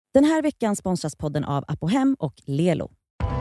Den här veckan sponsras podden av Apohem och Lelo.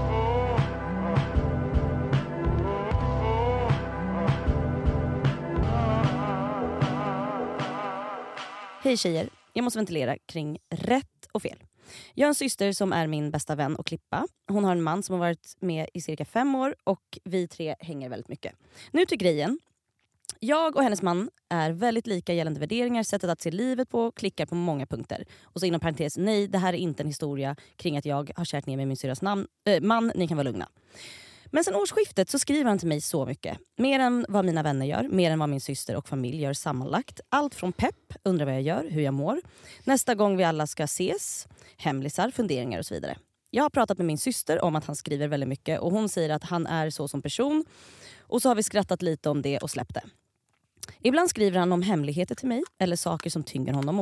Hej tjejer, jag måste ventilera kring rätt och fel. Jag har en syster som är min bästa vän och klippa. Hon har en man som har varit med i cirka 5 år och vi 3 hänger väldigt mycket. Nu till grejen. Jag och hennes man är väldigt lika gällande värderingar, sättet att se livet på, klickar på många punkter. Och så inom parentes, nej, det här är inte en historia kring att jag har kärt ner med min syrras man, ni kan vara lugna. Men sen årsskiftet så skriver han till mig så mycket. Mer än vad mina vänner gör, mer än vad min syster och familj gör sammanlagt. Allt från pepp, undrar vad jag gör, hur jag mår. Nästa gång vi alla ska ses, hemlisar, funderingar och så vidare. Jag har pratat med min syster om att han skriver väldigt mycket och hon säger att han är så som person. Och så har vi skrattat lite om det och släppt det. Ibland skriver han om hemligheter till mig eller saker som tynger honom och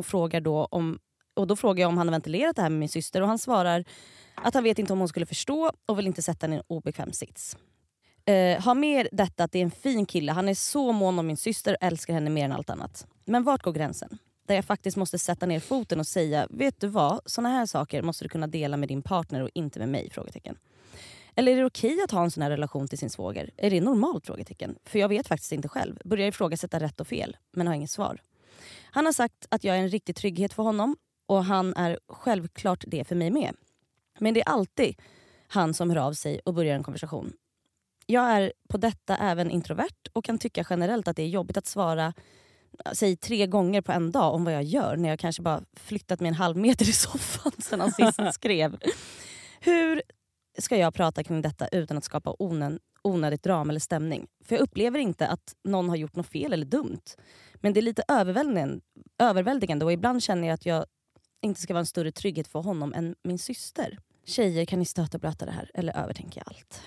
då frågar jag om han har ventilerat det här med min syster och han svarar att han vet inte om hon skulle förstå och vill inte sätta henne i en obekväm sits. Har med detta att det är en fin kille, han är så mån om min syster, älskar henne mer än allt annat. Men vart går gränsen? Där jag faktiskt måste sätta ner foten och säga, vet du vad, såna här saker måste du kunna dela med din partner och inte med mig? Frågetecken. Eller är det okej att ha en sån här relation till sin svåger? Är det normalt? Frågetecken. För jag vet faktiskt inte själv. Börjar ifrågasätta rätt och fel, men har inget svar. Han har sagt att jag är en riktig trygghet för honom och han är självklart det för mig med. Men det är alltid han som hör av sig och börjar en konversation. Jag är på detta även introvert och kan tycka generellt att det är jobbigt att svara säg 3 gånger på en dag om vad jag gör när jag kanske bara flyttat mig en halv meter i soffan sedan han sist skrev. Hur ska jag prata kring detta utan att skapa onödigt drama eller stämning? För jag upplever inte att någon har gjort något fel eller dumt. Men det är lite överväldigande och ibland känner jag att jag inte ska vara en större trygghet för honom än min syster. Tjejer, kan ni stöta och blöta det här? Eller övertänker jag allt?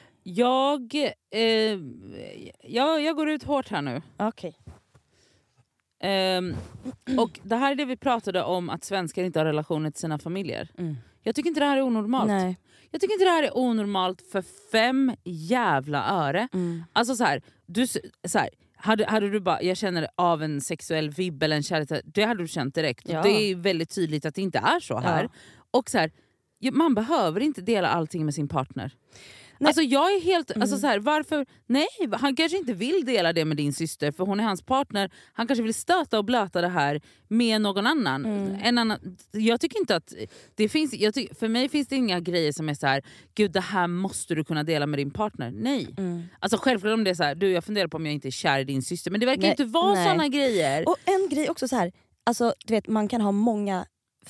Jag går ut hårt här nu. Okej. Och det här är det vi pratade om, att svenskar inte har relationer till sina familjer. Jag tycker inte det här är onormalt. Nej. Jag tycker inte det här är onormalt för 5 jävla öre. Alltså så här, hade du bara, jag känner av en sexuell vibb eller en kärlek, det hade du känt direkt. Ja. Det är väldigt tydligt att det inte är så här. Ja. Och så här, man behöver inte dela allting med sin partner. Nej. Alltså jag är helt, alltså så här, varför, nej, han kanske inte vill dela det med din syster för hon är hans partner. Han kanske vill stöta och blöta det här med någon annan. En annan, jag tycker inte att det finns, för mig finns det inga grejer som är så här, gud det här måste du kunna dela med din partner. Nej. Alltså självklart om det är så här, du jag funderar på om jag inte är kär i din syster, men det verkar inte vara såna grejer. Och en grej också så här, alltså du vet man kan ha många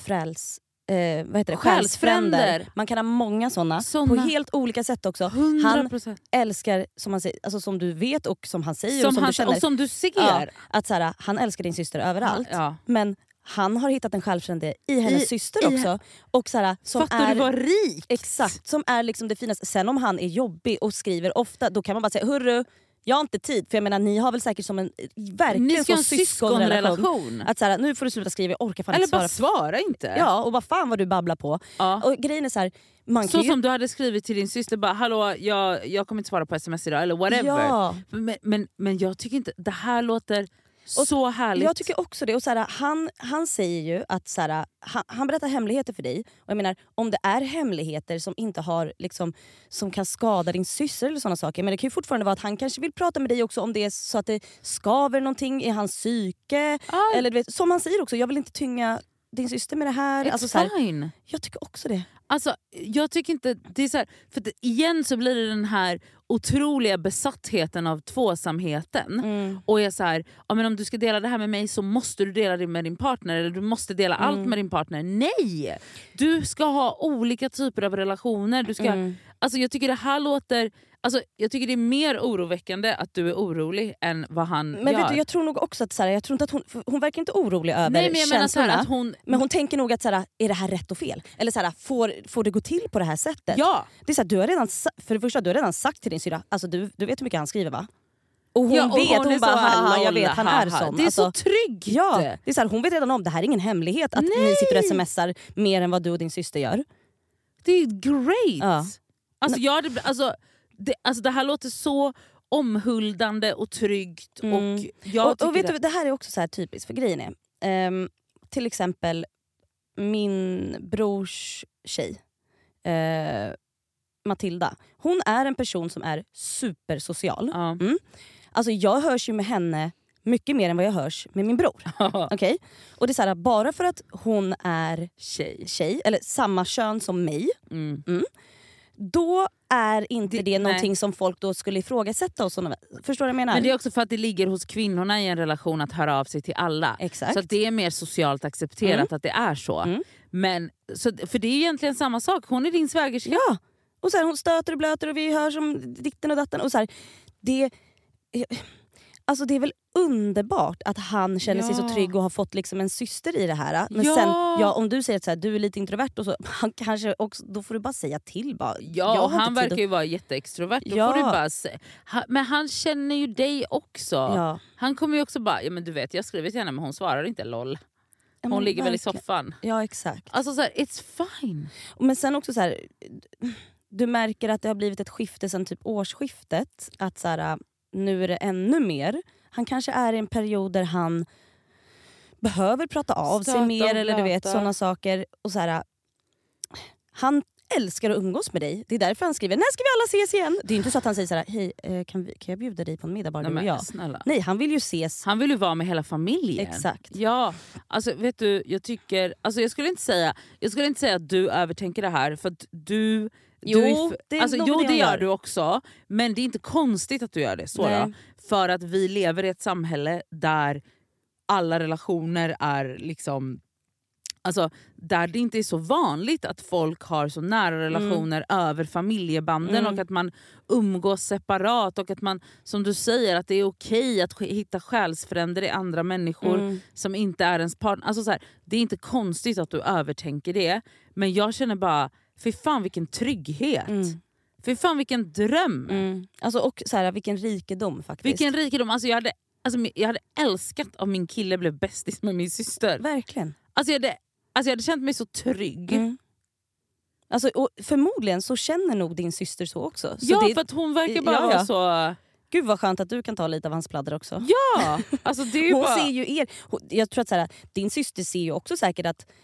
själsfränder. Man kan ha många såna på helt olika sätt också. 100%. Han älskar, som han säger, alltså som du vet och som han säger som och som han, du känner. och som du ser. Att så här, han älskar din syster överallt. Ja. Men han har hittat en självfrände i hennes syster också. Och så här, som fattar du vad rik? Exakt, som är liksom det finaste. Sen om han är jobbig och skriver ofta, då kan man bara säga, hörru, jag har inte tid, för jag menar ni har väl säkert som en verkligen så syskonrelation. Att så här, nu får du sluta skriva, jag orkar fan eller inte svara. Eller bara svara inte. Ja, och vad fan vad du babblar på. Ja. Och grejen är så här, man kan som du hade skrivit till din syster, bara hallå, jag kommer inte svara på sms idag eller whatever. Ja. Men jag tycker inte, det här låter så härligt. Jag tycker också det. Och så här, han säger ju att så här, han berättar hemligheter för dig. Och jag menar, om det är hemligheter som inte har liksom, som kan skada din syster eller sådana saker. Men det kan ju fortfarande vara att han kanske vill prata med dig också om det är så att det skaver någonting i hans psyke. Eller du vet, som han säger också, jag vill inte tynga din syster med det här. It's alltså, så här, fine. Jag tycker också det. Alltså, jag tycker inte, det är så här, för igen så blir det den här otroliga besattheten av tvåsamheten. Och jag så här, ja, men om du ska dela det här med mig så måste du dela det med din partner, eller du måste dela allt med din partner. Nej! Du ska ha olika typer av relationer. Du ska, alltså jag tycker det här låter, alltså jag tycker det är mer oroväckande att du är orolig än vad han gör. Men vet du, jag tror nog också att så här, jag tror inte att hon verkar inte orolig över känslorna. Att men hon tänker nog att så här, är det här rätt och fel? Eller så här, får det gå till på det här sättet? Ja. Det är så här, du har redan sagt till din syra, alltså du vet hur mycket han skriver, va? Och hon vet, hon bara, jag vet, han är sån. Det är alltså, så tryggt. Ja, det är så här, hon vet redan om, det här är ingen hemlighet att ni sitter och smsar mer än vad du och din syster gör. Det är great. Ja. Alltså det här låter så omhuldande och tryggt. Och vet du, det här är också så här typiskt, för grejen är till exempel min brors tjej, Matilda. Hon är en person som är supersocial. Alltså jag hörs ju med henne mycket mer än vad jag hörs med min bror. Okay? Och det är så här, bara för att hon är tjej eller samma kön som mig, då är inte det någonting som folk då skulle ifrågasätta och sådana. Förstår du vad jag menar? Men det är också för att det ligger hos kvinnorna i en relation att höra av sig till alla. Exakt. Så att det är mer socialt accepterat att det är så. Men, för det är egentligen samma sak. Hon är din svägerska. Ja, och så här, hon stöter och blöter och vi hör som ditten och datten. Och så här, alltså det är väl underbart att han känner sig så trygg och har fått liksom en syster i det här. Men sen, om du säger att så här, du är lite introvert och så, han kanske också, då får du bara säga till. Bara, han verkar ju vara jätteextrovert. Då får du bara säga. Men han känner ju dig också. Ja. Han kommer ju också bara, men du vet, jag skriver till henne men hon svarar inte, lol. Hon ligger väl i soffan. Ja, exakt. Alltså så här, it's fine. Men sen också så här, du märker att det har blivit ett skifte sen typ årsskiftet. Att så här, nu är det ännu mer. Han kanske är i en period där han behöver prata av sig mer eller du vet sådana saker. Och så här, han älskar att umgås med dig. Det är därför han skriver, när ska vi alla ses igen? Det är inte så att han säger så här, hej, kan jag bjuda dig på en middag bara du och jag? Snälla. Nej, han vill ju ses. Han vill ju vara med hela familjen. Exakt. Ja, alltså vet du, jag tycker, alltså jag skulle inte säga att du övertänker det här för att du det gör du också, men det är inte konstigt att du gör det så då, för att vi lever i ett samhälle där alla relationer är liksom, alltså där det inte är så vanligt att folk har så nära relationer över familjebanden och att man umgås separat och att man, som du säger, att det är okej att hitta själsfränder i andra människor som inte är ens partner. Alltså så här, det är inte konstigt att du övertänker det, men jag känner bara, fy fan vilken trygghet. Fy fan vilken dröm. Alltså, och så här, vilken rikedom faktiskt. Vilken rikedom. Alltså, jag hade älskat om min kille blev bästis med min syster. Verkligen. Alltså jag hade känt mig så trygg. Alltså, och förmodligen så känner nog din syster så också. Så ja, för att hon verkar bara vara så... Gud vad skönt att du kan ta lite av hans pladder också. Ja! Alltså det är ju hon bara... ser ju er. Jag tror att så här, din syster ser ju också säkert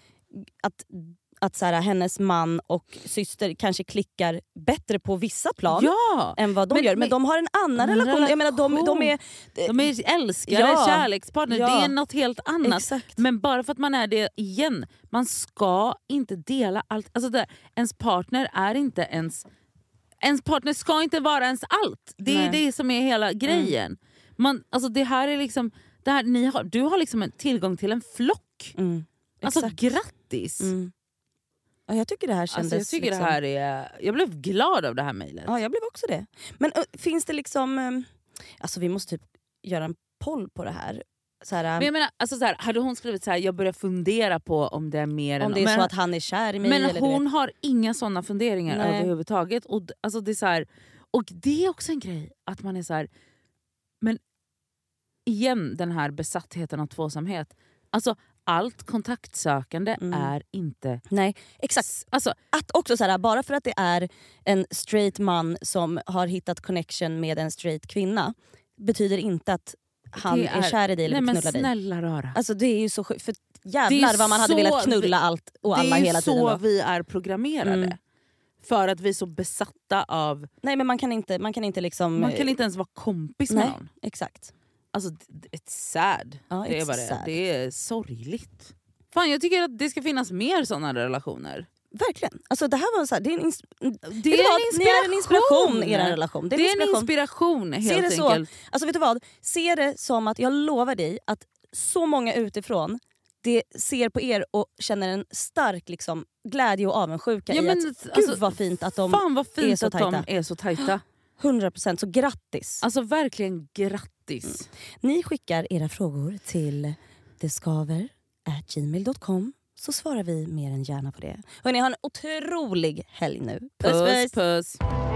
att så här, hennes man och syster kanske klickar bättre på vissa plan än vad de gör. Men de har en annan relation. Jag menar, de är älskare, kärlekspartner. Det är något helt annat. Exakt. Men bara för att man är det igen, man ska inte dela allt. Alltså ens partner är inte ens partner ska inte vara ens allt. Det är det som är hela grejen. Alltså det här är liksom, du har liksom en tillgång till en flock. Alltså grattis. Ja, jag tycker det här kändes... Alltså, det här jag blev glad av det här mejlet. Ja, jag blev också det. Men finns det liksom... Alltså vi måste typ göra en poll på det här. Så här, men jag menar, alltså så här, hade hon skrivit så här, jag börjar fundera på om det är mer om än... det är så att han är kär i mig. Men eller hon har inga såna funderingar överhuvudtaget. Och, alltså, det är så här, och det är också en grej att man är så här... Men igen, den här besattheten av tvåsamhet. Alltså allt kontaktsökande är inte... Nej, exakt. Alltså, att också så här, bara för att det är en straight man som har hittat connection med en straight kvinna betyder inte att han är kär i dig eller vill knulla dig. Snälla rara. Alltså det är ju så sjukt. För jävlar vad man hade velat knulla allt och alla hela tiden. Det är ju så vi är programmerade. För att vi är så besatta av... Nej, men man kan inte liksom... Man kan inte ens vara kompis med någon. Exakt. Alltså, it's sad. Ja, det är bara sad. Det är sorgligt. Fan, jag tycker att det ska finnas mer sådana relationer. Verkligen. Alltså det här var så här, det är en inspiration. Er relation. Det är en inspiration helt enkelt. Alltså vet du vad? Se det som att jag lovar dig att så många utifrån det ser på er och känner en stark liksom, glädje och avundsjuka i att gud vad fint att de är så tajta. De är så tajta. 100%, så grattis. Alltså verkligen grattis. Ni skickar era frågor till deskaver@gmail.com så svarar vi mer än gärna på det. Hörrni, ha en otrolig helg nu. Puss.